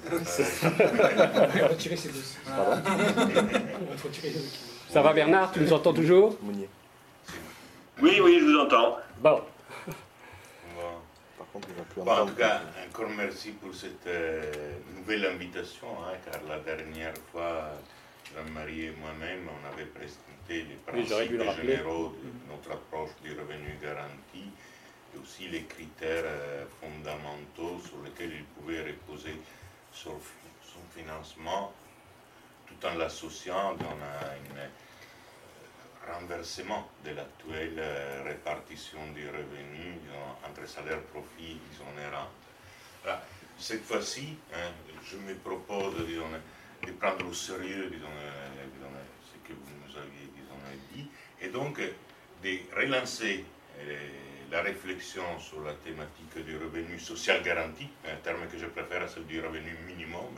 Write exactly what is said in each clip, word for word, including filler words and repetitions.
On va retirer ces deux. Pardon. On va te retirer les deux. Ça va Bernard, tu nous entends toujours? Oui, oui, je vous entends. Bon. Bon. Par contre, il va plus Bon, en entendre. tout cas, encore merci pour cette euh, nouvelle invitation, hein, car la dernière fois, Jean-Marie et moi-même, on avait présenté les Oui, j'aurais dû principes le rappeler. généraux de notre approche du revenu garanti et aussi les critères euh, fondamentaux sur lesquels il pouvait reposer sur son financement, tout en l'associant dans un euh, renversement de l'actuelle euh, répartition du revenu disons, entre salaire, profit, exonérant. Voilà. Cette fois-ci, hein, je me propose disons, de prendre au sérieux disons, euh, disons, ce que vous nous aviez disons, dit, et donc euh, de relancer euh, la réflexion sur la thématique du revenu social garanti, un terme que je préfère à celle du revenu minimum,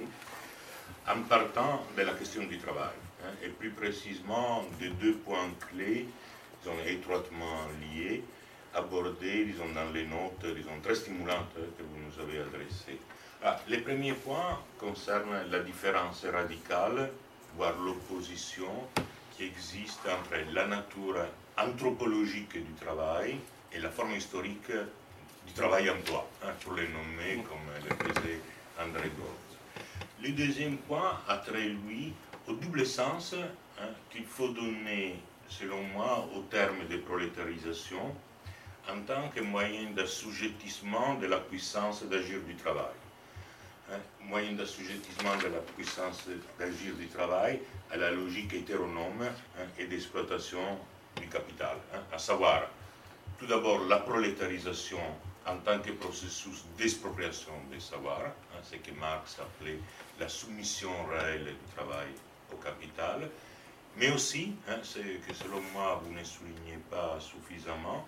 mm-hmm. en partant de la question du travail, hein, et plus précisément des deux points clés, disons, étroitement liés, abordés disons, dans les notes disons, très stimulantes que vous nous avez adressées. Ah, les premiers points concernent la différence radicale, voire l'opposition qui existe entre la nature anthropologique du travail et la forme historique du travail-emploi, hein, pour les nommer comme le faisait André Gorz. Le deuxième point a trait, lui, au double sens hein, qu'il faut donner, selon moi, au terme de prolétarisation en tant que moyen d'assujettissement de la puissance d'agir du travail. Hein, moyen d'assujettissement de la puissance d'agir du travail à la logique hétéronome hein, et d'exploitation du capital, hein, à savoir tout d'abord la prolétarisation en tant que processus d'expropriation des savoirs, hein, ce que Marx appelait la soumission réelle du travail au capital, mais aussi, hein, ce que selon moi vous ne soulignez pas suffisamment,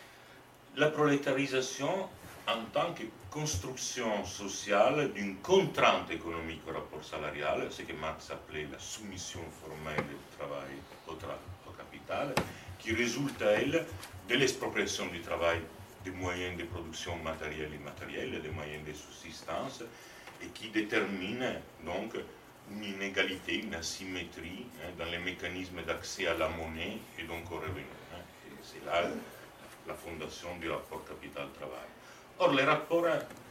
la prolétarisation en tant que construction sociale d'une contrainte économique au rapport salarial, ce que Marx appelait la soumission formelle du travail au, tra au capital, qui résulte, elle, de l'expropriation du travail des moyens de production matérielle et immatérielle, des moyens de subsistance, et qui détermine donc une inégalité, une asymétrie hein, dans les mécanismes d'accès à la monnaie et donc au revenu. Hein. C'est là la fondation du rapport capital-travail. Or, le rapport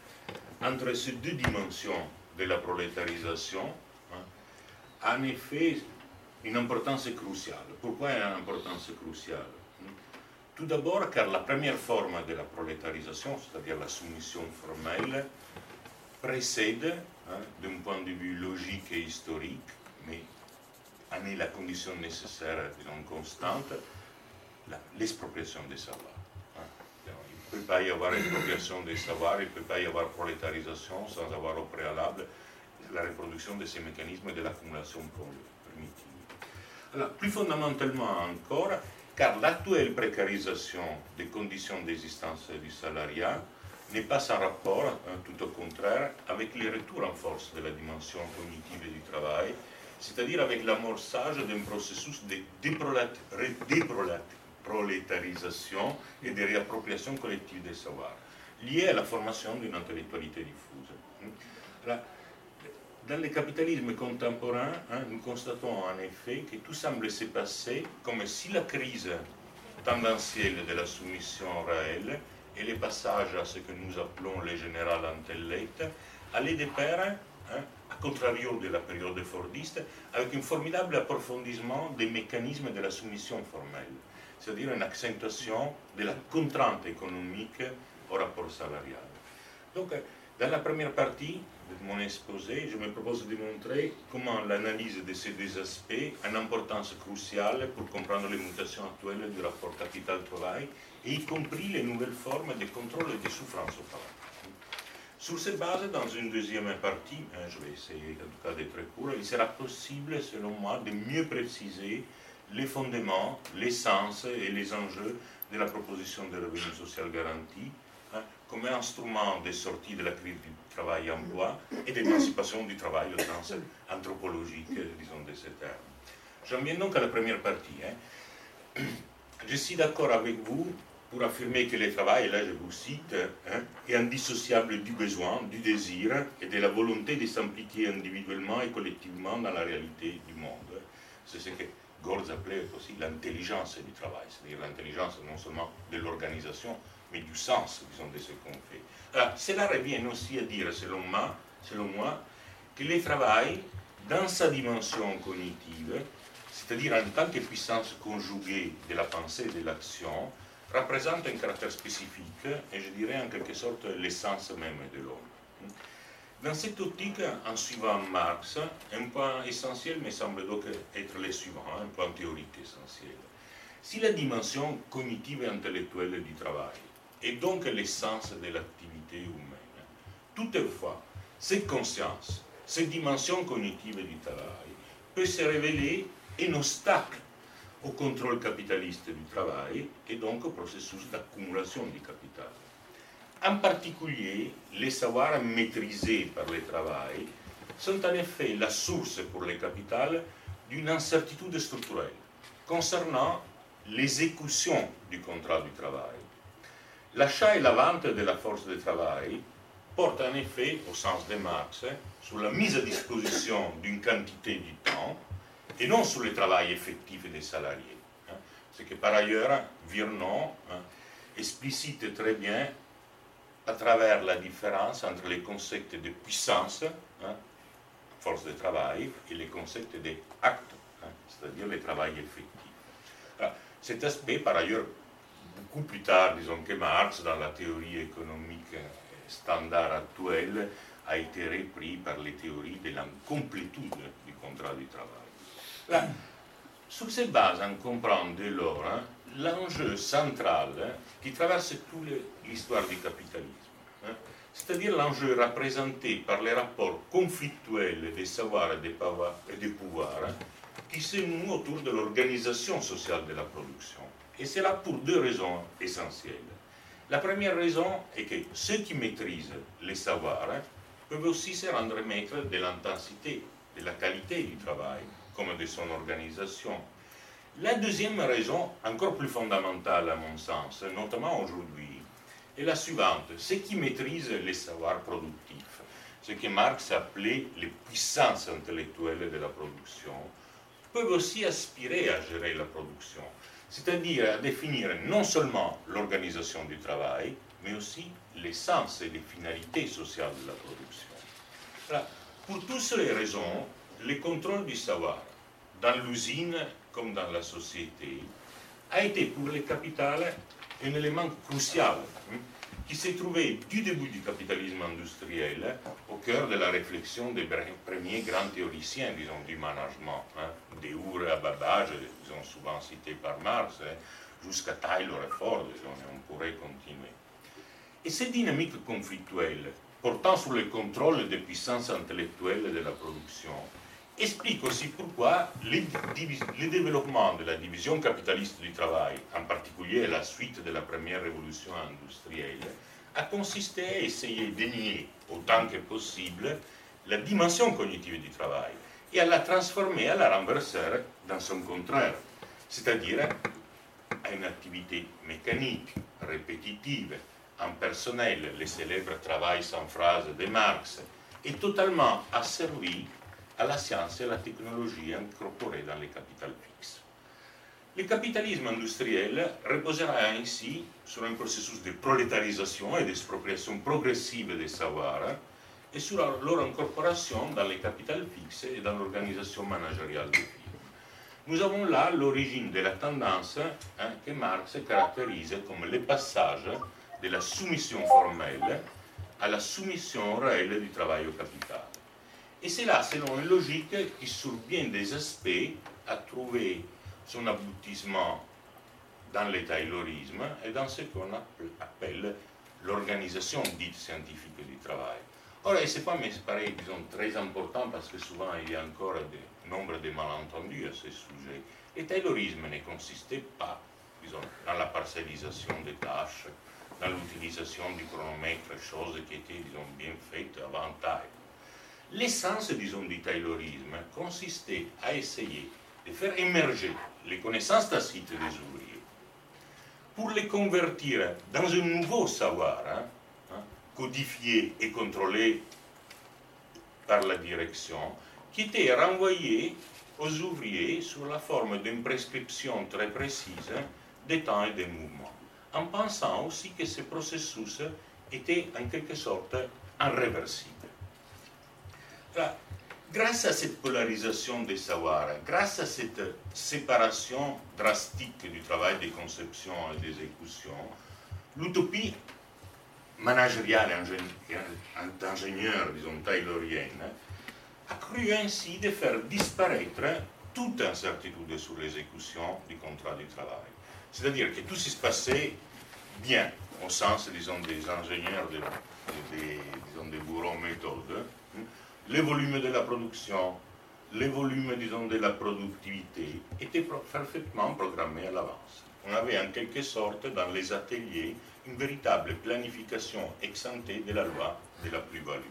entre ces deux dimensions de la prolétarisation hein, a en effet une importance cruciale. Pourquoi une importance cruciale? Tout d'abord car la première forme de la prolétarisation, c'est-à-dire la soumission formelle, précède, hein, d'un point de vue logique et historique, mais en est la condition nécessaire, disons, constante, l'expropriation des savoirs. Il ne peut pas y avoir expropriation des savoirs, il ne peut pas y avoir prolétarisation sans avoir au préalable la reproduction de ces mécanismes de l'accumulation primitive. Alors, plus fondamentalement encore, car l'actuelle précarisation des conditions d'existence du salariat n'est pas sans rapport, hein, tout au contraire, avec le retour en force de la dimension cognitive du travail, c'est-à-dire avec l'amorçage d'un processus de déprolétarisation et de réappropriation collective des savoirs, lié à la formation d'une intellectualité diffuse. Là, dans le capitalisme contemporain, hein, nous constatons en effet que tout semble se passer comme si la crise tendancielle de la soumission réelle et le passage à ce que nous appelons le général intellect allaient de pair, hein, à contrario de la période fordiste, avec un formidable approfondissement des mécanismes de la soumission formelle, c'est-à-dire une accentuation de la contrainte économique au rapport salarial. Donc, dans la première partie de mon exposé, je me propose de montrer comment l'analyse de ces deux aspects a une importance cruciale pour comprendre les mutations actuelles du rapport capital-travail, et y compris les nouvelles formes de contrôle et de souffrance au travail. Sur cette base, dans une deuxième partie, hein, je vais essayer en tout cas d'être court, il sera possible, selon moi, de mieux préciser les fondements, l'essence et les enjeux de la proposition de revenu social garanti, hein, comme un instrument de sortie de la crise du travail-emploi et d'émancipation du travail au sens anthropologique, disons, de ces termes. J'en viens donc à la première partie. Hein. Je suis d'accord avec vous pour affirmer que le travail, et là je vous cite, hein, est indissociable du besoin, du désir et de la volonté de s'impliquer individuellement et collectivement dans la réalité du monde. C'est ce que Gorz appelait aussi l'intelligence du travail, c'est-à-dire l'intelligence non seulement de l'organisation, mais du sens, disons, de ce qu'on fait. Alors, cela revient aussi à dire, selon moi, selon moi, que le travail, dans sa dimension cognitive, c'est-à-dire en tant que puissance conjuguée de la pensée et de l'action, représente un caractère spécifique et je dirais en quelque sorte l'essence même de l'homme. Dans cette optique, en suivant Marx, un point essentiel me semble donc être le suivant, un point théorique essentiel. Si la dimension cognitive et intellectuelle du travail est donc l'essence de l'activité humaine, toutefois, cette conscience, cette dimension cognitive du travail peut se révéler un obstacle au contrôle capitaliste du travail et donc au processus d'accumulation du capital. En particulier, les savoirs maîtrisés par le travail sont en effet la source pour le capital d'une incertitude structurelle concernant l'exécution du contrat du travail. L'achat et la vente de la force de travail portent en effet, au sens de Marx, sur la mise à disposition d'une quantité du temps et non sur le travail effectif des salariés. Hein. Ce que par ailleurs Virnon hein, explicite très bien à travers la différence entre les concepts de puissance, hein, force de travail, et les concepts d'acte, hein, c'est-à-dire le travail effectif. Alors, cet aspect, par ailleurs, beaucoup plus tard, disons que Marx, dans la théorie économique standard actuelle, a été repris par les théories de l'incomplétude du contrat du travail. Là, sur ces bases, on comprend dès lors hein, l'enjeu central hein, qui traverse toute l'histoire du capitalisme, hein, c'est-à-dire l'enjeu représenté par les rapports conflictuels des savoirs et des pouvoirs hein, qui se nouent autour de l'organisation sociale de la production. Et c'est là pour deux raisons essentielles. La première raison est que ceux qui maîtrisent les savoirs hein, peuvent aussi se rendre maîtres de l'intensité, de la qualité du travail, comme de son organisation. La deuxième raison, encore plus fondamentale à mon sens, notamment aujourd'hui, est la suivante. Ceux qui maîtrisent les savoirs productifs, ce que Marx appelait les puissances intellectuelles de la production, peuvent aussi aspirer à gérer la production, c'est-à-dire à définir non seulement l'organisation du travail, mais aussi l'essence et les finalités sociales de la production. Alors, pour toutes ces raisons, le contrôle du savoir, dans l'usine comme dans la société, a été pour le capital un élément crucial hein, qui s'est trouvé du début du capitalisme industriel au cœur de la réflexion des premiers grands théoriciens, disons, du management, hein, de Ure à Babbage, disons, souvent cités par Marx, hein, jusqu'à Taylor et Ford, disons, et on pourrait continuer. Et cette dynamique conflictuelle, portant sur le contrôle des puissances intellectuelles de la production, explique aussi pourquoi le, le développement de la division capitaliste du travail, en particulier à la suite de la première révolution industrielle, a consisté à essayer de nier autant que possible la dimension cognitive du travail et à la transformer, à la renverser dans son contraire, c'est-à-dire à une activité mécanique, répétitive, impersonnelle, le célèbre travail sans phrase de Marx, est totalement asservi à la science et à la technologie incorporées dans les capitales fixes. Le capitalisme industriel reposera ainsi sur un processus de prolétarisation et d'expropriation progressive des savoirs et sur leur incorporation dans les capitales fixes et dans l'organisation managériale des firmes. Nous avons là l'origine de la tendance hein, que Marx caractérise comme le passage de la soumission formelle à la soumission réelle du travail au capital. Et c'est là, selon une logique qui, sur bien des aspects, a trouvé son aboutissement dans le taylorisme et dans ce qu'on appelle l'organisation dite scientifique du travail. Or, ce n'est pas, mais c'est pareil, disons, très important parce que souvent il y a encore de nombre de malentendus à ce sujet. Le taylorisme ne consistait pas, disons, dans la parcellisation des tâches, dans l'utilisation du chronomètre, choses qui étaient, disons, bien faites avant Taylor. L'essence, disons, du taylorisme consistait à essayer de faire émerger les connaissances tacites des ouvriers pour les convertir dans un nouveau savoir, hein, hein, codifié et contrôlé par la direction, qui était renvoyé aux ouvriers sous la forme d'une prescription très précise des temps et des mouvements, en pensant aussi que ce processus était en quelque sorte irréversible. Alors, grâce à cette polarisation des savoirs, grâce à cette séparation drastique du travail des conceptions et des exécutions, l'utopie managériale et d'ingénieur, disons, taylorienne, a cru ainsi de faire disparaître toute incertitude sur l'exécution du contrat du travail. C'est-à-dire que tout se passait bien, au sens, disons, des ingénieurs, des, des, disons, des bourreaux méthodes. Les volumes de la production, les volumes, disons, de la productivité étaient parfaitement programmés à l'avance. On avait en quelque sorte dans les ateliers une véritable planification ex ante de la loi de la plus-value.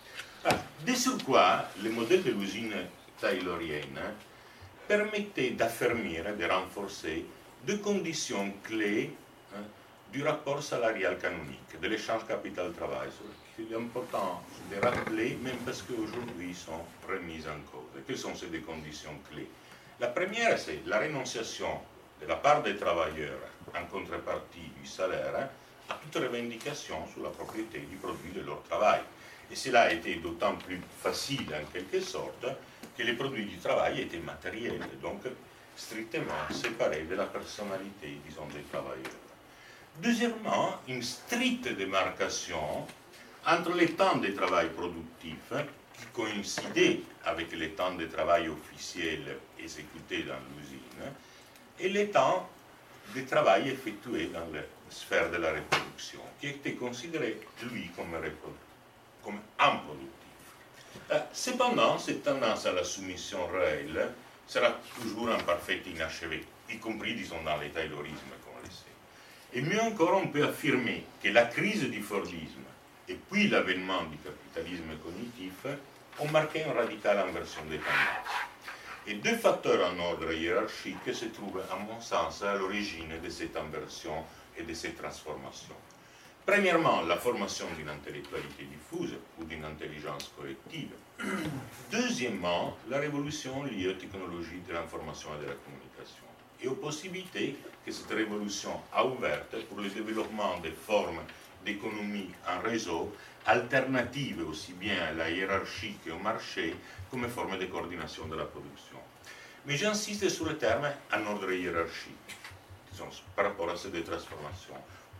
De surcroît, le modèle de l'usine taylorienne permettait d'affermir et de renforcer deux conditions clés hein, du rapport salarial canonique, de l'échange capital-travail, qu'il est important de rappeler, même parce qu'aujourd'hui ils sont remises en cause. Quelles sont ces deux conditions clés? La première, c'est la renonciation de la part des travailleurs en contrepartie du salaire à toute revendication sur la propriété du produit de leur travail. Et cela a été d'autant plus facile en quelque sorte que les produits du travail étaient matériels, donc strictement séparés de la personnalité, disons, des travailleurs. Deuxièmement, une stricte démarcation entre les temps de travail productif, qui coïncidaient avec les temps de travail officiels exécutés dans l'usine, et les temps de travail effectués dans la sphère de la reproduction, qui étaient considérés, lui, comme reproductif. comme improductif. Euh, cependant, cette tendance à la soumission réelle sera toujours en parfait inachevé, y compris, disons, dans les taylorismes, comme on le sait. Et mieux encore, on peut affirmer que la crise du Fordisme et puis l'avènement du capitalisme cognitif ont marqué une radicale inversion des tendances. Et deux facteurs en ordre hiérarchique se trouvent, à mon sens, à l'origine de cette inversion et de cette transformation. Premièrement, la formation d'une intellectualité diffuse ou d'une intelligence collective. Deuxièmement, la révolution liée aux technologies de l'information et de la communication et aux possibilités que cette révolution a ouvertes pour le développement des formes d'économie en réseau alternatives aussi bien à la hiérarchie qu'au marché comme forme de coordination de la production. Mais j'insiste sur le terme en ordre hiérarchique, disons, par rapport à ces deux transformations. Pourquoi ?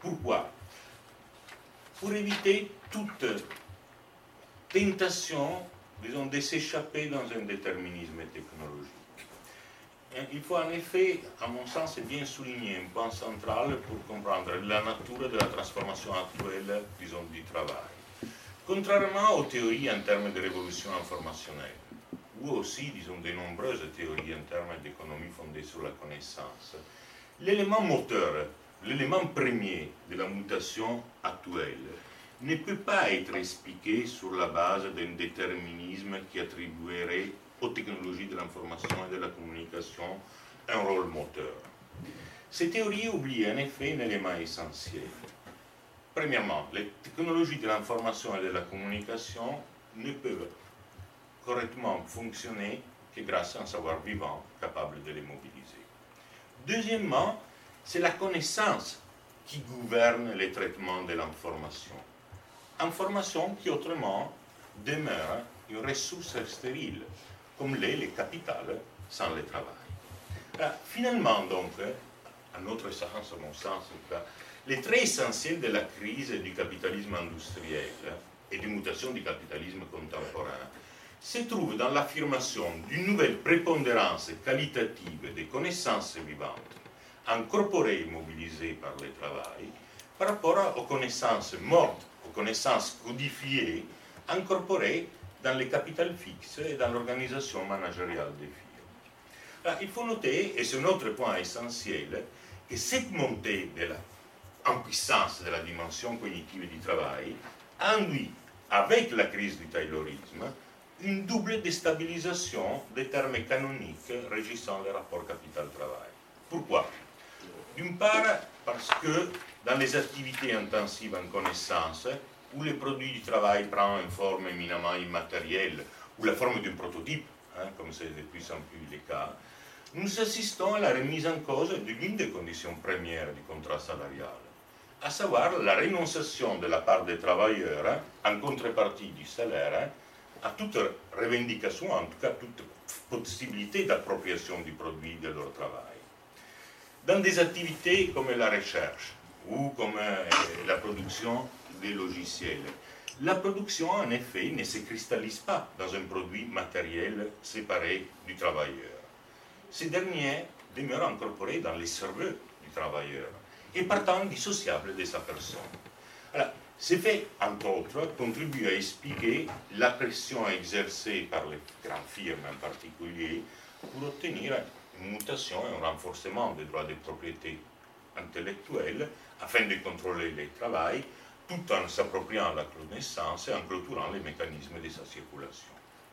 Pour éviter toute tentation, disons, de s'échapper dans un déterminisme technologique. Il faut en effet, à mon sens, bien souligner un point central pour comprendre la nature de la transformation actuelle, disons, du travail. Contrairement aux théories en termes de révolution informationnelle, ou aussi, disons, de nombreuses théories en termes d'économie fondée sur la connaissance, l'élément moteur, l'élément premier de la mutation actuelle ne peut pas être expliqué sur la base d'un déterminisme qui attribuerait aux technologies de l'information et de la communication un rôle moteur. Ces théories oublient en effet un élément essentiel. Premièrement, les technologies de l'information et de la communication ne peuvent correctement fonctionner que grâce à un savoir vivant capable de les mobiliser. Deuxièmement, c'est la connaissance qui gouverne les traitements de l'information. Information qui autrement demeure une ressource stérile, comme l'est le capital sans le travail. Alors, finalement, donc, à notre sens, à mon sens, les traits essentiels de la crise du capitalisme industriel et des mutations du capitalisme contemporain se trouvent dans l'affirmation d'une nouvelle prépondérance qualitative des connaissances vivantes, incorporées et mobilisées par le travail, par rapport aux connaissances mortes, aux connaissances codifiées, incorporées dans les capitales fixes et dans l'organisation managériale des firmes. Alors, il faut noter, et c'est un autre point essentiel, que cette montée de la, en puissance de la dimension cognitive du travail induit, avec la crise du taylorisme, une double déstabilisation des termes canoniques régissant le rapport capital-travail. Pourquoi ? D'une part, parce que dans les activités intensives en connaissance, où le produit du travail prend une forme éminemment immatérielle, ou la forme d'un prototype, hein, comme c'est de plus en plus le cas, nous assistons à la remise en cause de l'une des conditions premières du contrat salarial, à savoir la renonciation de la part des travailleurs, hein, en contrepartie du salaire, hein, à toute revendication, en tout cas toute possibilité d'appropriation du produit de leur travail. Dans des activités comme la recherche ou comme euh, la production des logiciels, la production en effet ne se cristallise pas dans un produit matériel séparé du travailleur. Ces derniers demeurent incorporés dans les cerveaux du travailleur et partant dissociables de sa personne. Alors, ces faits, entre autres, contribuent à expliquer la pression exercée par les grandes firmes en particulier pour obtenir une mutation et un renforcement des droits de propriété intellectuelle afin de contrôler le travail tout en s'appropriant la connaissance et en clôturant les mécanismes de sa circulation.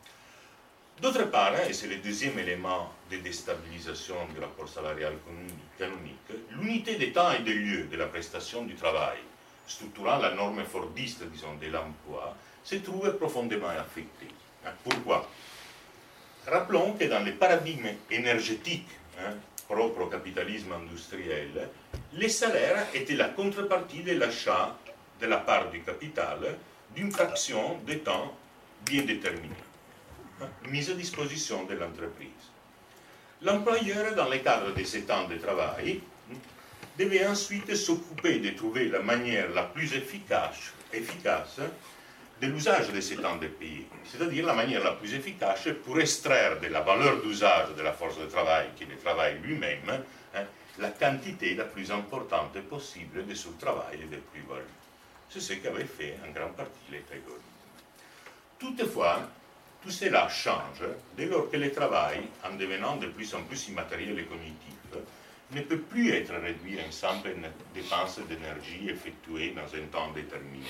D'autre part, et c'est le deuxième élément de déstabilisation du rapport salarial canonique, l'unité des temps et des lieux de la prestation du travail, structurant la norme fordiste, disons, de l'emploi, se trouve profondément affectée. Pourquoi? Rappelons que dans les paradigmes énergétiques hein, propres au capitalisme industriel, les salaires étaient la contrepartie de l'achat de la part du capital d'une fraction de temps bien déterminée, mise à disposition de l'entreprise. L'employeur, dans le cadre de ces temps de travail, devait ensuite s'occuper de trouver la manière la plus efficace, efficace de l'usage de ces temps de payer, c'est-à-dire la manière la plus efficace pour extraire de la valeur d'usage de la force de travail, qui est le travail lui-même, hein, la quantité la plus importante possible de ce travail et de plus-value. C'est ce qu'avait fait en grande partie les algorithmes. Toutefois, tout cela change dès lors que le travail, en devenant de plus en plus immatériel et cognitif, ne peut plus être réduit à une simple dépense d'énergie effectuée dans un temps déterminé.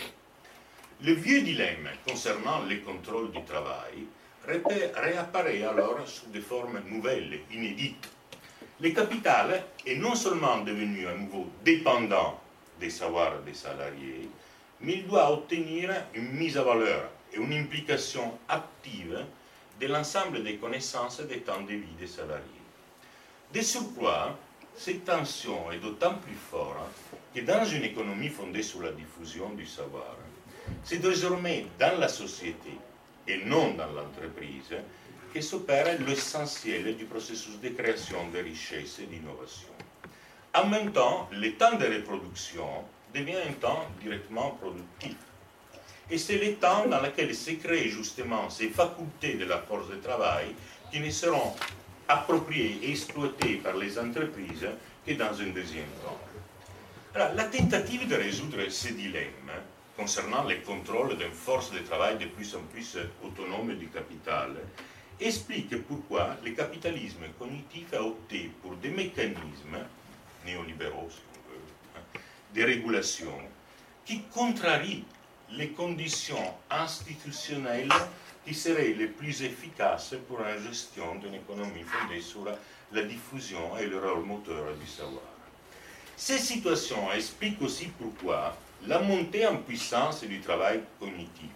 Le vieux dilemme concernant les contrôles du travail réapparaît alors sous des formes nouvelles, inédites. Le capital est non seulement devenu à nouveau dépendant des savoirs des salariés, mais il doit obtenir une mise à valeur et une implication active de l'ensemble des connaissances et des temps de vie des salariés. De surcroît, cette tension est d'autant plus forte que dans une économie fondée sur la diffusion du savoir, c'est désormais dans la société et non dans l'entreprise que s'opère l'essentiel du processus de création de richesses et d'innovation. En même temps, le temps de reproduction devient un temps directement productif. Et c'est le temps dans lequel se créent justement ces facultés de la force de travail qui ne seront appropriées et exploitées par les entreprises que dans un deuxième temps. Alors, la tentative de résoudre ce dilemme concernant le contrôle d'une force de travail de plus en plus autonome du capital explique pourquoi le capitalisme cognitif a opté pour des mécanismes néolibéraux, si on veut, de régulation qui contrarient les conditions institutionnelles qui seraient les plus efficaces pour la gestion d'une économie fondée sur la diffusion et le rôle moteur du savoir. Ces situations expliquent aussi pourquoi la montée en puissance du travail cognitif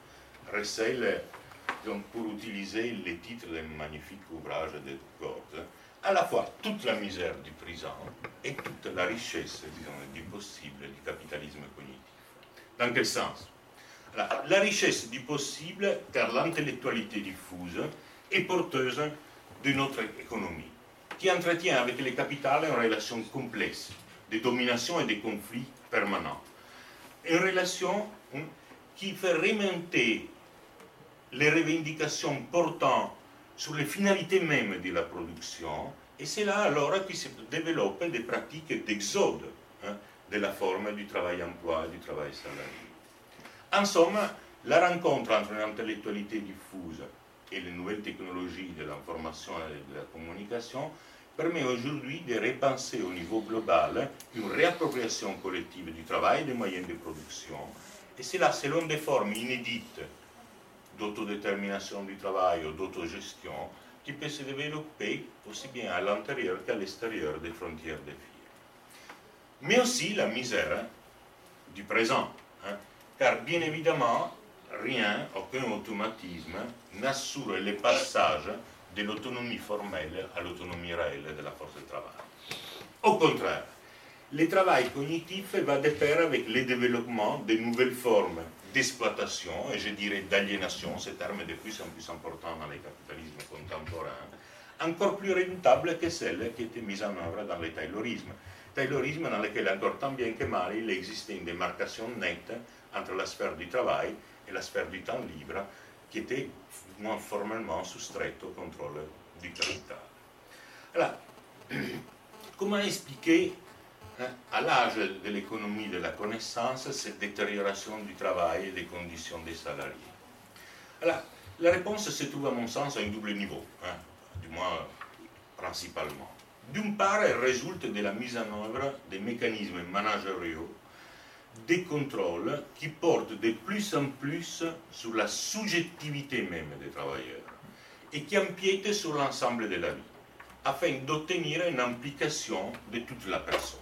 recèle, donc pour utiliser les titres d'un magnifique ouvrage de Gortz, à la fois toute la misère du présent et toute la richesse, disons, du possible du capitalisme cognitif. Dans quel sens? La, la richesse du possible, car l'intellectualité diffuse est porteuse de notre économie, qui entretient avec le capital une relation complexe de domination et de conflits permanents. Une relation hein, qui fait remonter les revendications portant sur les finalités mêmes de la production, et c'est là alors qui se développent des pratiques d'exode hein, de la forme du travail-emploi et du travail salarié. En somme, la rencontre entre l'intellectualité diffuse et les nouvelles technologies de l'information et de la communication permet aujourd'hui de repenser au niveau global une réappropriation collective du travail et des moyens de production, et cela selon des formes inédites d'autodétermination du travail ou d'autogestion qui peut se développer aussi bien à l'intérieur qu'à l'extérieur des frontières des firmes. mais aussi la misère du présent. Hein, car bien évidemment, rien, aucun automatisme n'assure le passage de l'autonomie formelle à l'autonomie réelle de la force de travail. Au contraire, le travail cognitif va de pair avec le développement de nouvelles formes d'exploitation, et je dirais d'aliénation, ce terme est de plus en plus important dans les capitalismes contemporains, encore plus redoutable que celle qui était mise en œuvre dans le taylorisme. Taylorisme dans lequel, encore tant bien que mal, il existait une démarcation nette entre la sphère du travail et la sphère du temps libre, qui était moins formellement soustraite au contrôle du capital. Alors, comment expliquer à l'âge de l'économie de la connaissance cette détérioration du travail et des conditions des salariés? Alors, la réponse se trouve à mon sens à un double niveau, hein, du moins principalement. D'une part, elle résulte de la mise en œuvre des mécanismes managériaux, des contrôles qui portent de plus en plus sur la subjectivité même des travailleurs et qui empiètent sur l'ensemble de la vie, afin d'obtenir une implication de toute la personne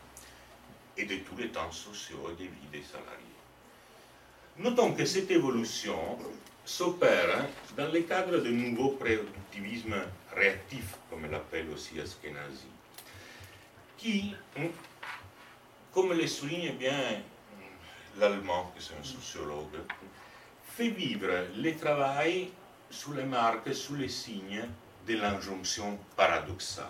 et de tous les temps sociaux et de vie des salariés. Notons que cette évolution s'opère dans le cadre de nouveaux productivismes réactifs, comme l'appelle aussi Askenazi, qui, comme le souligne bien l'Allemand, qui est un sociologue, fait vivre le travail sous les marques, sous les signes de l'injonction paradoxale.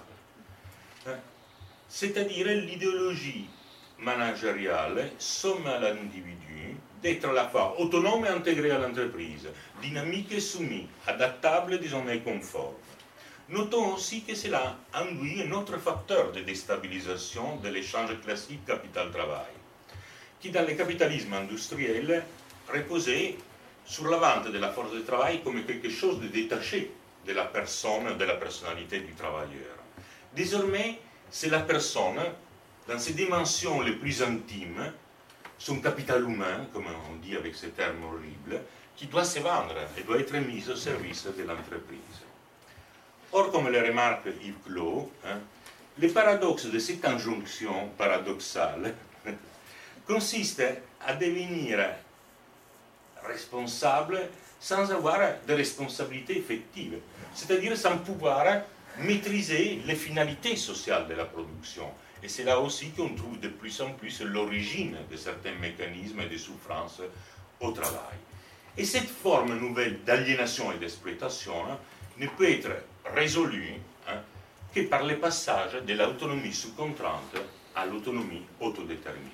C'est-à-dire l'idéologie managériale somme à l'individu d'être à la fois autonome et intégré à l'entreprise, dynamique et soumis, adaptable, disons, et conforme. Notons aussi que cela induit un autre facteur de déstabilisation de l'échange classique capital-travail, qui dans le capitalisme industriel reposait sur la vente de la force de travail comme quelque chose de détaché de la personne, de la personnalité du travailleur. Désormais, c'est la personne, dans ses dimensions les plus intimes, son capital humain, comme on dit avec ces termes horribles, qui doit se vendre et doit être mise au service de l'entreprise. Or, comme le remarque Yves Clos, hein, le paradoxe de cette injonction paradoxale consiste à devenir responsable sans avoir de responsabilité effective, c'est-à-dire sans pouvoir maîtriser les finalités sociales de la production. Et c'est là aussi qu'on trouve de plus en plus l'origine de certains mécanismes de souffrance au travail. Et cette forme nouvelle d'aliénation et d'exploitation hein, ne peut être résolue hein, que par le passage de l'autonomie sous contrainte à l'autonomie autodéterminée.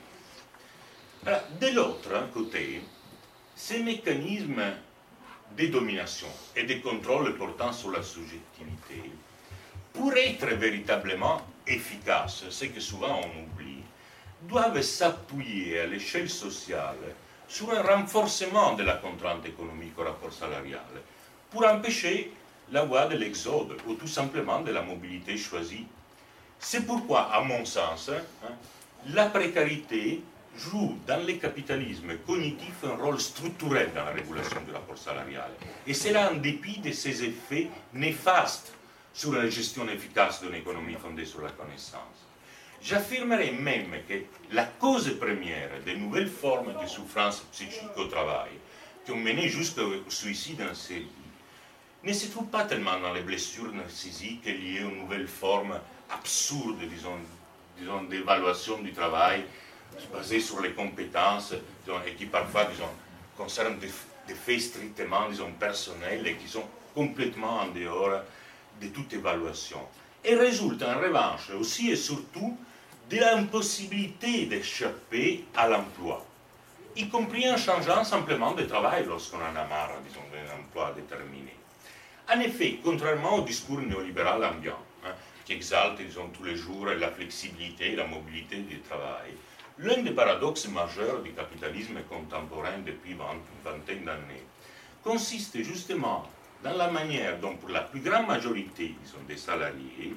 Alors, de l'autre côté, ces mécanismes de domination et de contrôle portant sur la subjectivité, pour être véritablement efficaces, ce que souvent on oublie, doivent s'appuyer à l'échelle sociale sur un renforcement de la contrainte économique au rapport salarial, pour empêcher la voie de l'exode ou tout simplement de la mobilité choisie. C'est pourquoi, à mon sens, hein, la précarité joue dans le capitalisme cognitif un rôle structurel dans la régulation du rapport salarial. Et cela en dépit de ses effets néfastes sur la gestion efficace d'une économie fondée sur la connaissance. J'affirmerai même que la cause première des nouvelles formes de souffrance psychique au travail, qui ont mené jusqu'au suicide en série, ne se trouve pas tellement dans les blessures narcissiques liées aux nouvelles formes absurdes, disons, disons d'évaluation du travail, basées sur les compétences, disons, et qui parfois, disons, concernent des, des faits strictement, disons, personnels et qui sont complètement en dehors de toute évaluation. Et résulte en revanche aussi et surtout de l'impossibilité d'échapper à l'emploi, y compris en changeant simplement de travail lorsqu'on en a marre, disons, d'un emploi déterminé. En effet, contrairement au discours néolibéral ambiant, hein, qui exalte, disons, tous les jours la flexibilité et la mobilité du travail, l'un des paradoxes majeurs du capitalisme contemporain depuis une vingtaine d'années consiste justement dans la manière dont, pour la plus grande majorité, disons, des salariés,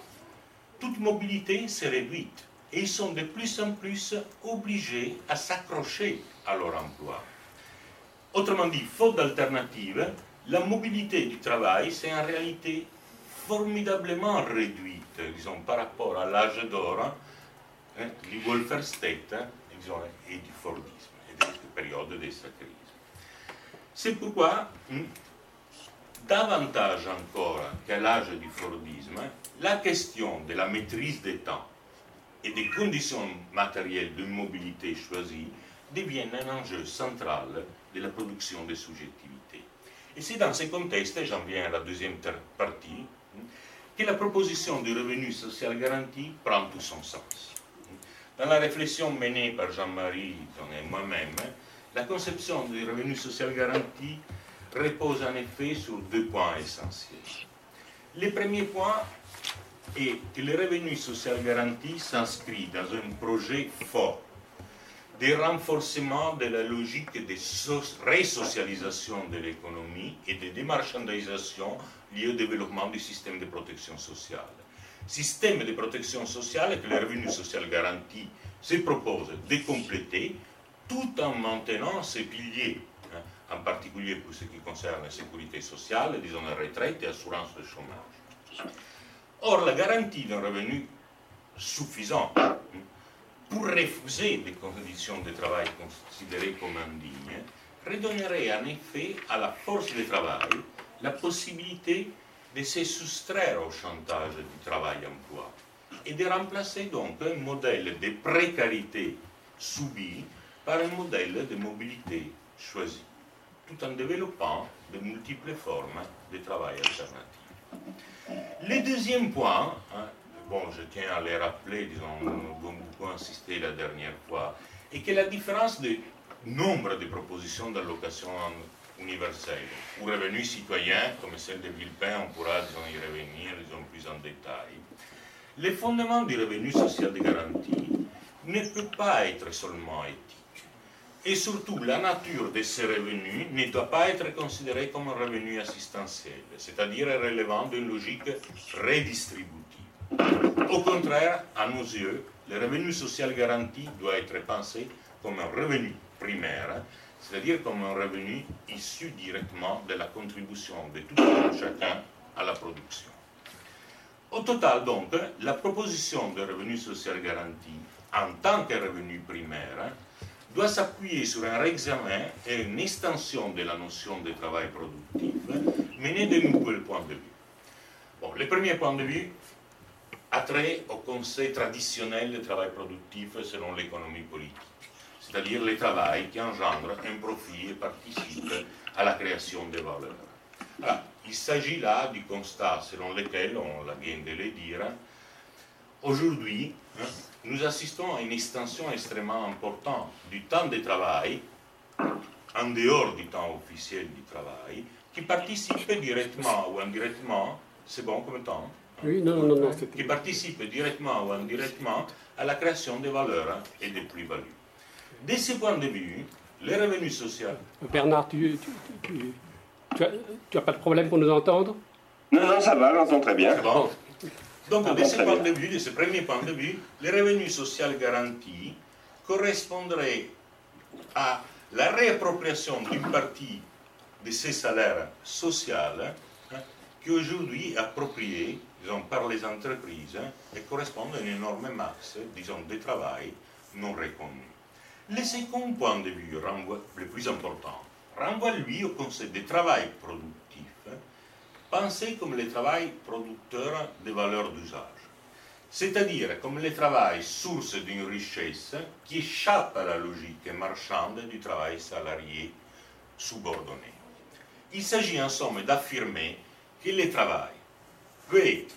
toute mobilité s'est réduite et ils sont de plus en plus obligés à s'accrocher à leur emploi. Autrement dit, faute d'alternative, la mobilité du travail s'est en réalité formidablement réduite, disons, par rapport à l'âge d'or, hein, eh, du welfare state disons, et du Fordisme, et de cette période de sa crise. C'est pourquoi, hm, davantage encore qu'à l'âge du Fordisme, la question de la maîtrise des temps et des conditions matérielles de mobilité choisies devient un enjeu central de la production de subjectivité. Et c'est dans ce contexte, et j'en viens à la deuxième partie, que la proposition du revenu social garanti prend tout son sens. Dans la réflexion menée par Jean-Marie et moi-même, la conception du revenu social garanti repose en effet sur deux points essentiels. Le premier point est que le revenu social garanti s'inscrit dans un projet fort de renforcement de la logique de résocialisation de l'économie et de démarchandisation liée au développement du système de protection sociale. Système de protection sociale que le revenu social garanti se propose de compléter tout en maintenant ses piliers, hein, en particulier pour ce qui concerne la sécurité sociale, disons la retraite et l'assurance de chômage. Or, la garantie d'un revenu suffisant pour refuser des conditions de travail considérées comme indignes, redonnerait en effet à la force de travail la possibilité de se soustraire au chantage du travail-emploi et de remplacer donc un modèle de précarité subie par un modèle de mobilité choisi, tout en développant de multiples formes de travail alternatif. Le deuxième point, hein, bon, je tiens à les rappeler, disons, nous avons beaucoup insisté la dernière fois, est que la différence de nombre de propositions d'allocation universelle ou revenu citoyen, comme celle de Villepin, on pourra disons, y revenir disons, plus en détail, le fondement du revenu social de garantie ne peut pas être seulement éthique. Et surtout, la nature de ces revenus ne doit pas être considérée comme un revenu assistentiel, c'est-à-dire relevant d'une logique redistributive. Au contraire, à nos yeux, le revenu social garanti doit être pensé comme un revenu primaire, c'est-à-dire comme un revenu issu directement de la contribution de tout un chacun à la production. Au total, donc, la proposition de revenu social garanti en tant que revenu primaire doit s'appuyer sur un réexamen et une extension de la notion de travail productif menée de nouveaux points de vue. Bon, le premier point de vue a trait au concept traditionnel de travail productif selon l'économie politique, c'est-à-dire le travail qui engendre un profit et participe à la création de valeurs. Alors, il s'agit là du constat selon lequel, on vient de le dire, aujourd'hui, hein, nous assistons à une extension extrêmement importante du temps de travail, en dehors du temps officiel du travail, qui participe directement ou indirectement, c'est bon comme temps, Oui, non, non, non. qui participe directement ou indirectement à la création de valeurs et de plus-values. De ce point de vue, les revenus sociaux... Bernard, tu, tu, tu, tu, as, tu as pas de problème pour nous entendre? Non, non, ça va, j'entends très bien. Bon. Donc, Ah, de bon, ce point de vue, de ce premier point de vue, les revenus sociaux garantis correspondraient à la réappropriation d'une partie de ces salaires sociaux hein, qui aujourd'hui est appropriée disons, par les entreprises hein, et correspondent à une énorme masse disons, de travail non reconnu. Le second point de vue, renvoie, le plus important, renvoie lui au concept de travail productif, hein, pensé comme le travail producteur de valeurs d'usage, c'est-à-dire comme le travail source d'une richesse qui échappe à la logique marchande du travail salarié subordonné. Il s'agit en somme d'affirmer que le travail peut être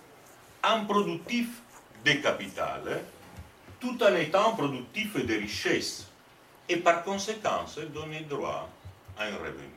un productif de capital tout en étant productif de richesse et par conséquent donner droit à un revenu.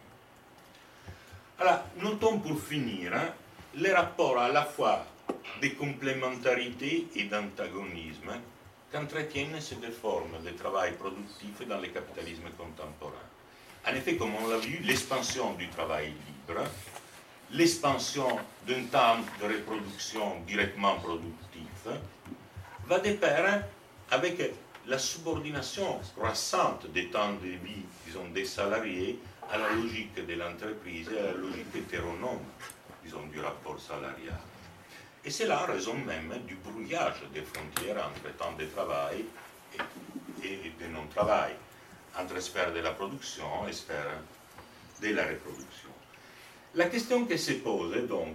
Alors, notons pour finir hein, les rapports à la fois de complémentarité et d'antagonisme qu'entretiennent ces deux formes de travail productif dans le capitalisme contemporain. En effet, comme on l'a vu, l'expansion du travail libre, l'expansion d'un temps de reproduction directement productif, va de pair avec la subordination croissante des temps de vie, disons, des salariés à la logique de l'entreprise et à la logique hétéronome, disons, du rapport salarial. Et c'est la raison même du brouillage des frontières entre temps de travail et, et de non-travail, entre sphère de la production et sphère de la reproduction. La question qui se pose donc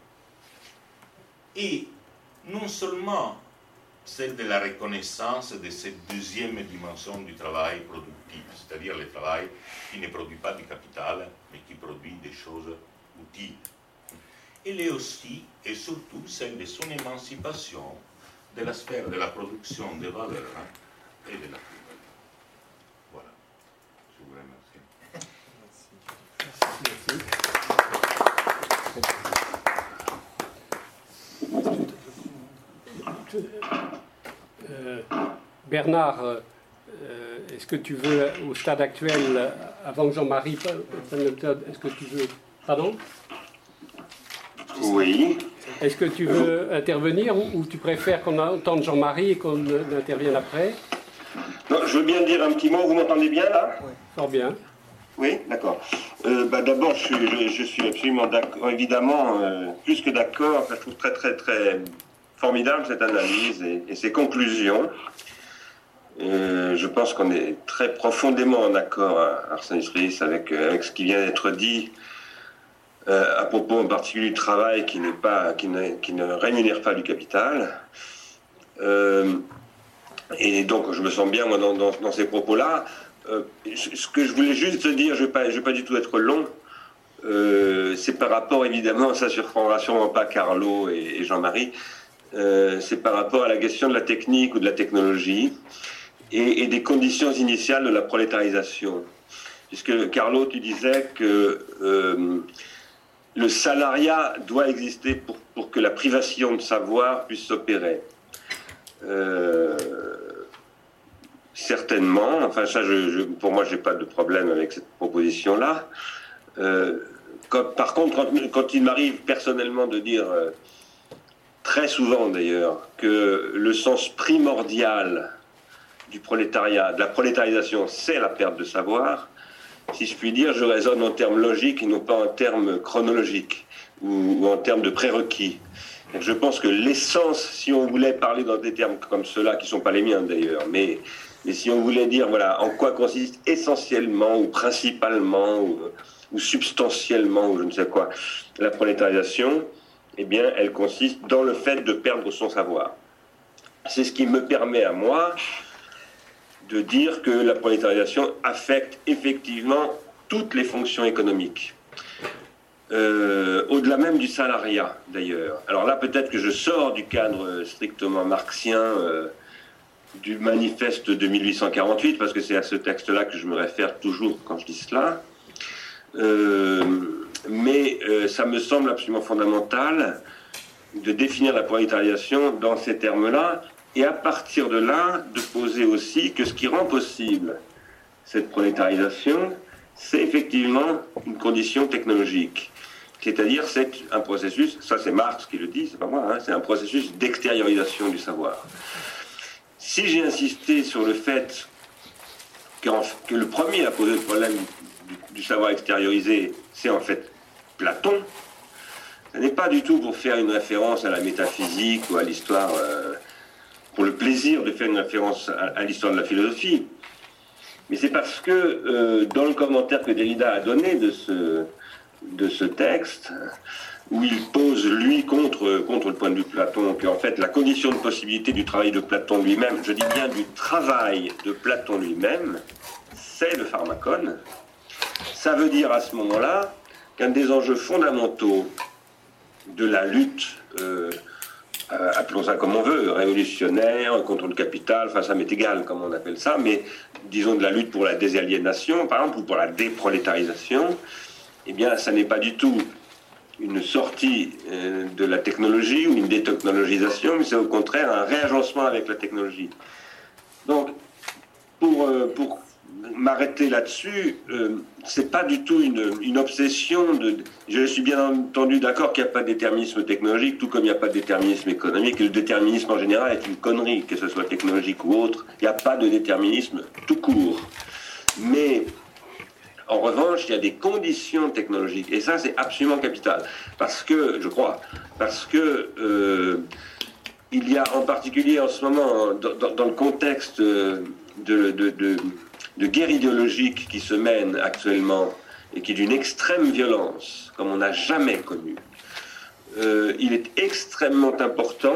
est non seulement celle de la reconnaissance de cette deuxième dimension du travail productif, c'est-à-dire le travail qui ne produit pas du capital, mais qui produit des choses utiles. Elle est aussi et surtout celle de son émancipation de la sphère de la production des valeurs et de la plus-value. Voilà. Je vous remercie. Euh, Bernard, euh, est-ce que tu veux, au stade actuel, avant que Jean-Marie, est-ce que tu veux... Pardon? Oui. Est-ce que tu veux intervenir ou, ou tu préfères qu'on entende Jean-Marie et qu'on intervienne après? Non, je veux bien dire un petit mot, vous m'entendez bien là? Oui. Fort bien. Oui, d'accord. Euh, bah, D'abord, je, je, je suis absolument d'accord, évidemment, euh, plus que d'accord, enfin, je trouve très très très formidable cette analyse et, et ces conclusions. Euh, je pense qu'on est très profondément en accord, hein, Arsène Ries, avec, avec ce qui vient d'être dit. Euh, à propos en particulier du travail qui, n'est pas, qui, ne, qui ne rémunère pas du capital. Euh, et donc je me sens bien moi, dans, dans, dans ces propos-là. Euh, ce que je voulais juste dire, je ne vais, vais pas du tout être long, euh, c'est par rapport évidemment, ça surprendra sûrement pas Carlo et, et Jean-Marie, euh, c'est par rapport à la question de la technique ou de la technologie et, et des conditions initiales de la prolétarisation. Puisque Carlo, tu disais que... Euh, le salariat doit exister pour, pour que la privation de savoir puisse s'opérer. Euh, certainement, enfin ça, je, je, pour moi, je n'ai pas de problème avec cette proposition-là. Euh, par contre, quand, quand il m'arrive personnellement de dire, euh, très souvent d'ailleurs, que le sens primordial du prolétariat, de la prolétarisation, c'est la perte de savoir, si je puis dire, je raisonne en termes logiques et non pas en termes chronologiques ou, ou en termes de prérequis. Donc je pense que l'essence, si on voulait parler dans des termes comme ceux-là, qui ne sont pas les miens d'ailleurs, mais, mais si on voulait dire voilà, en quoi consiste essentiellement ou principalement ou, ou substantiellement ou je ne sais quoi la prolétarisation, eh bien elle consiste dans le fait de perdre son savoir. C'est ce qui me permet à moi de dire que la prolétarisation affecte effectivement toutes les fonctions économiques. Euh, au-delà même du salariat, d'ailleurs. Alors là, peut-être que je sors du cadre strictement marxien euh, du manifeste de mille huit cent quarante-huit, parce que c'est à ce texte-là que je me réfère toujours quand je dis cela. Euh, mais euh, ça me semble absolument fondamental de définir la prolétarisation dans ces termes-là, et à partir de là, de poser aussi que ce qui rend possible cette prolétarisation, c'est effectivement une condition technologique. C'est-à-dire, c'est un processus, ça c'est Marx qui le dit, c'est pas moi, hein, c'est un processus d'extériorisation du savoir. Si j'ai insisté sur le fait que, que le premier à poser le problème du, du savoir extériorisé, c'est en fait Platon, ce n'est pas du tout pour faire une référence à la métaphysique ou à l'histoire... Euh, pour le plaisir de faire une référence à, à l'histoire de la philosophie, mais c'est parce que euh, dans le commentaire que Derrida a donné de ce, de ce texte, où il pose lui contre, contre le point de vue de Platon, qu'en fait la condition de possibilité du travail de Platon lui-même, je dis bien du travail de Platon lui-même, c'est le pharmacone. Ça veut dire à ce moment-là qu'un des enjeux fondamentaux de la lutte euh, Euh, appelons ça comme on veut, révolutionnaire, contre le capital, enfin ça m'est égal comment on appelle ça, mais disons de la lutte pour la désaliénation, par exemple, ou pour la déprolétarisation, eh bien ça n'est pas du tout une sortie euh, de la technologie ou une détechnologisation, mais c'est au contraire un réagencement avec la technologie. Donc, pour, euh, pour m'arrêter là-dessus, euh, c'est pas du tout une, une obsession de... Je suis bien entendu d'accord qu'il n'y a pas de déterminisme technologique, tout comme il n'y a pas de déterminisme économique, et le déterminisme en général est une connerie, que ce soit technologique ou autre, il n'y a pas de déterminisme tout court. Mais En revanche, il y a des conditions technologiques, et ça c'est absolument capital, parce que, je crois, parce que euh, il y a en particulier en ce moment, dans, dans le contexte de, de, de, de guerre idéologique qui se mène actuellement, et qui est d'une extrême violence, comme on n'a jamais connu, euh, il est extrêmement important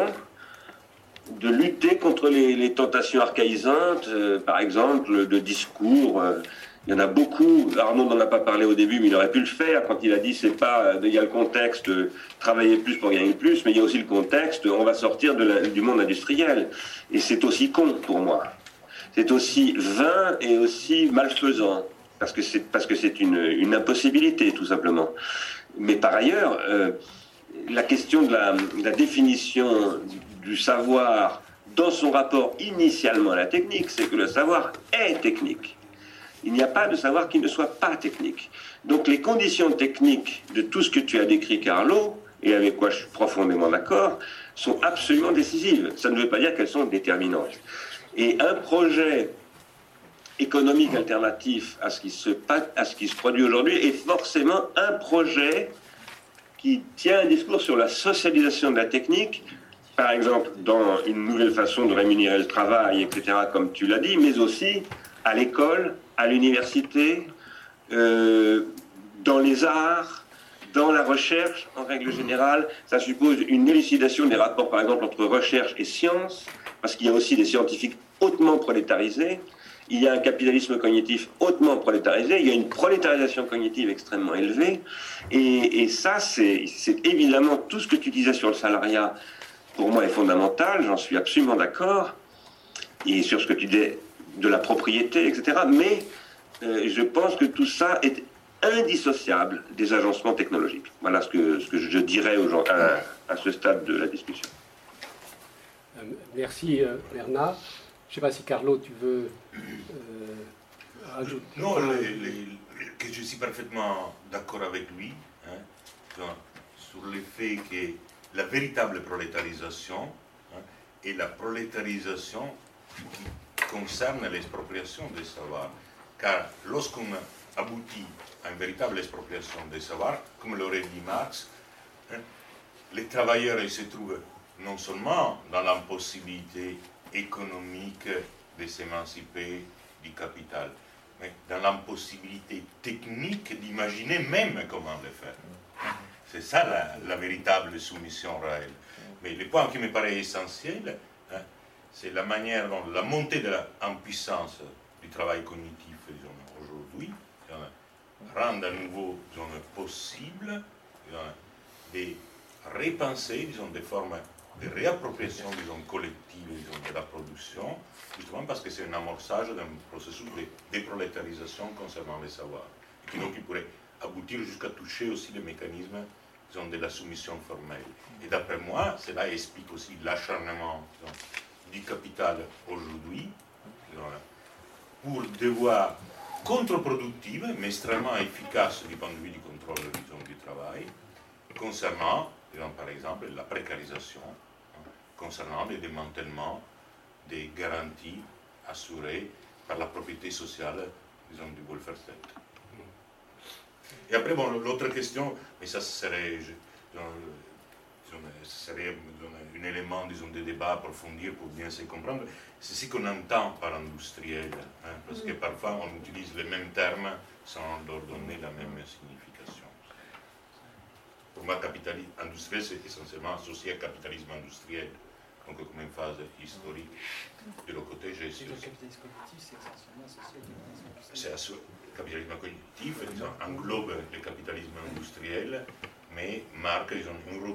de lutter contre les, les tentations archaïsantes, euh, par exemple, de discours. Euh, il y en a beaucoup. Arnaud n'en a pas parlé au début, mais il aurait pu le faire quand il a dit c'est pas. Il y a le contexte, euh, travailler plus pour gagner plus, mais il y a aussi le contexte, on va sortir de la, du monde industriel. Et c'est aussi con pour moi. C'est aussi vain et aussi malfaisant, parce que c'est parce que c'est une, une impossibilité, tout simplement. Mais par ailleurs, euh, la question de la, de la définition du savoir dans son rapport initialement à la technique, c'est que le savoir est technique. Il n'y a pas de savoir qui ne soit pas technique. Donc les conditions techniques de tout ce que tu as décrit, Carlo, et avec quoi je suis profondément d'accord, sont absolument décisives. Ça ne veut pas dire qu'elles sont déterminantes. Et un projet économique alternatif à ce qui se, à ce qui se produit aujourd'hui est forcément un projet qui tient un discours sur la socialisation de la technique, par exemple dans une nouvelle façon de rémunérer le travail, et cetera, comme tu l'as dit, mais aussi à l'école, à l'université, euh, dans les arts, dans la recherche, en règle générale. Ça suppose une élucidation des rapports, par exemple, entre recherche et science, parce qu'il y a aussi des scientifiques hautement prolétarisés, il y a un capitalisme cognitif hautement prolétarisé, il y a une prolétarisation cognitive extrêmement élevée, et, et ça, c'est évidemment tout ce que tu disais sur le salariat, pour moi, est fondamental, j'en suis absolument d'accord, et sur ce que tu disais de la propriété, et cetera, mais euh, je pense que tout ça est indissociable des agencements technologiques. Voilà ce que, ce que je dirais aux gens à, à ce stade de la discussion. Euh, merci euh, Bernard. Je ne sais pas si Carlo, tu veux euh, ajouter. Non, les, les, que je suis parfaitement d'accord avec lui, hein, donc, sur le fait que la véritable prolétarisation hein, est la prolétarisation qui concerne l'expropriation des savoirs. Car lorsqu'on aboutit à une véritable expropriation des savoirs, comme l'aurait dit Marx, hein, les travailleurs ils se trouvent non seulement dans l'impossibilité économique de s'émanciper du capital, mais dans l'impossibilité technique d'imaginer même comment le faire. C'est ça la, la véritable soumission réelle. Mais le point qui me paraît essentiel, hein, c'est la manière dont la montée de la, en puissance du travail cognitif aujourd'hui rend à nouveau disons, possible disons, de repenser disons, des formes de réappropriation disons, collective disons, de la production, justement parce que c'est un amorçage d'un processus de déprolétarisation concernant les savoirs, et qui donc il pourrait aboutir jusqu'à toucher aussi les mécanismes disons, de la soumission formelle. Et d'après moi, cela explique aussi l'acharnement du capital aujourd'hui pour devoir contre-productive, mais extrêmement efficace du point de vue du contrôle disons, du travail, concernant, disons, par exemple, la précarisation, hein, concernant le démantèlement des garanties assurées par la propriété sociale, disons, du welfare state. Et après, bon, l'autre question, mais ça serait, disons, disons, serait disons, un élément disons, de débat à approfondir pour bien se comprendre, c'est ce qu'on entend par industriel, hein, parce que parfois on utilise les mêmes termes sans leur donner la même signification. Pour moi, capitalisme industriel, c'est essentiellement associé à capitalisme industriel, donc comme une phase historique de le côté gestion. Le capitalisme cognitif, c'est essentiellement associé au capitalisme industriel. C'est le capitalisme cognitif, disons, englobe le capitalisme industriel, mais marque disons, une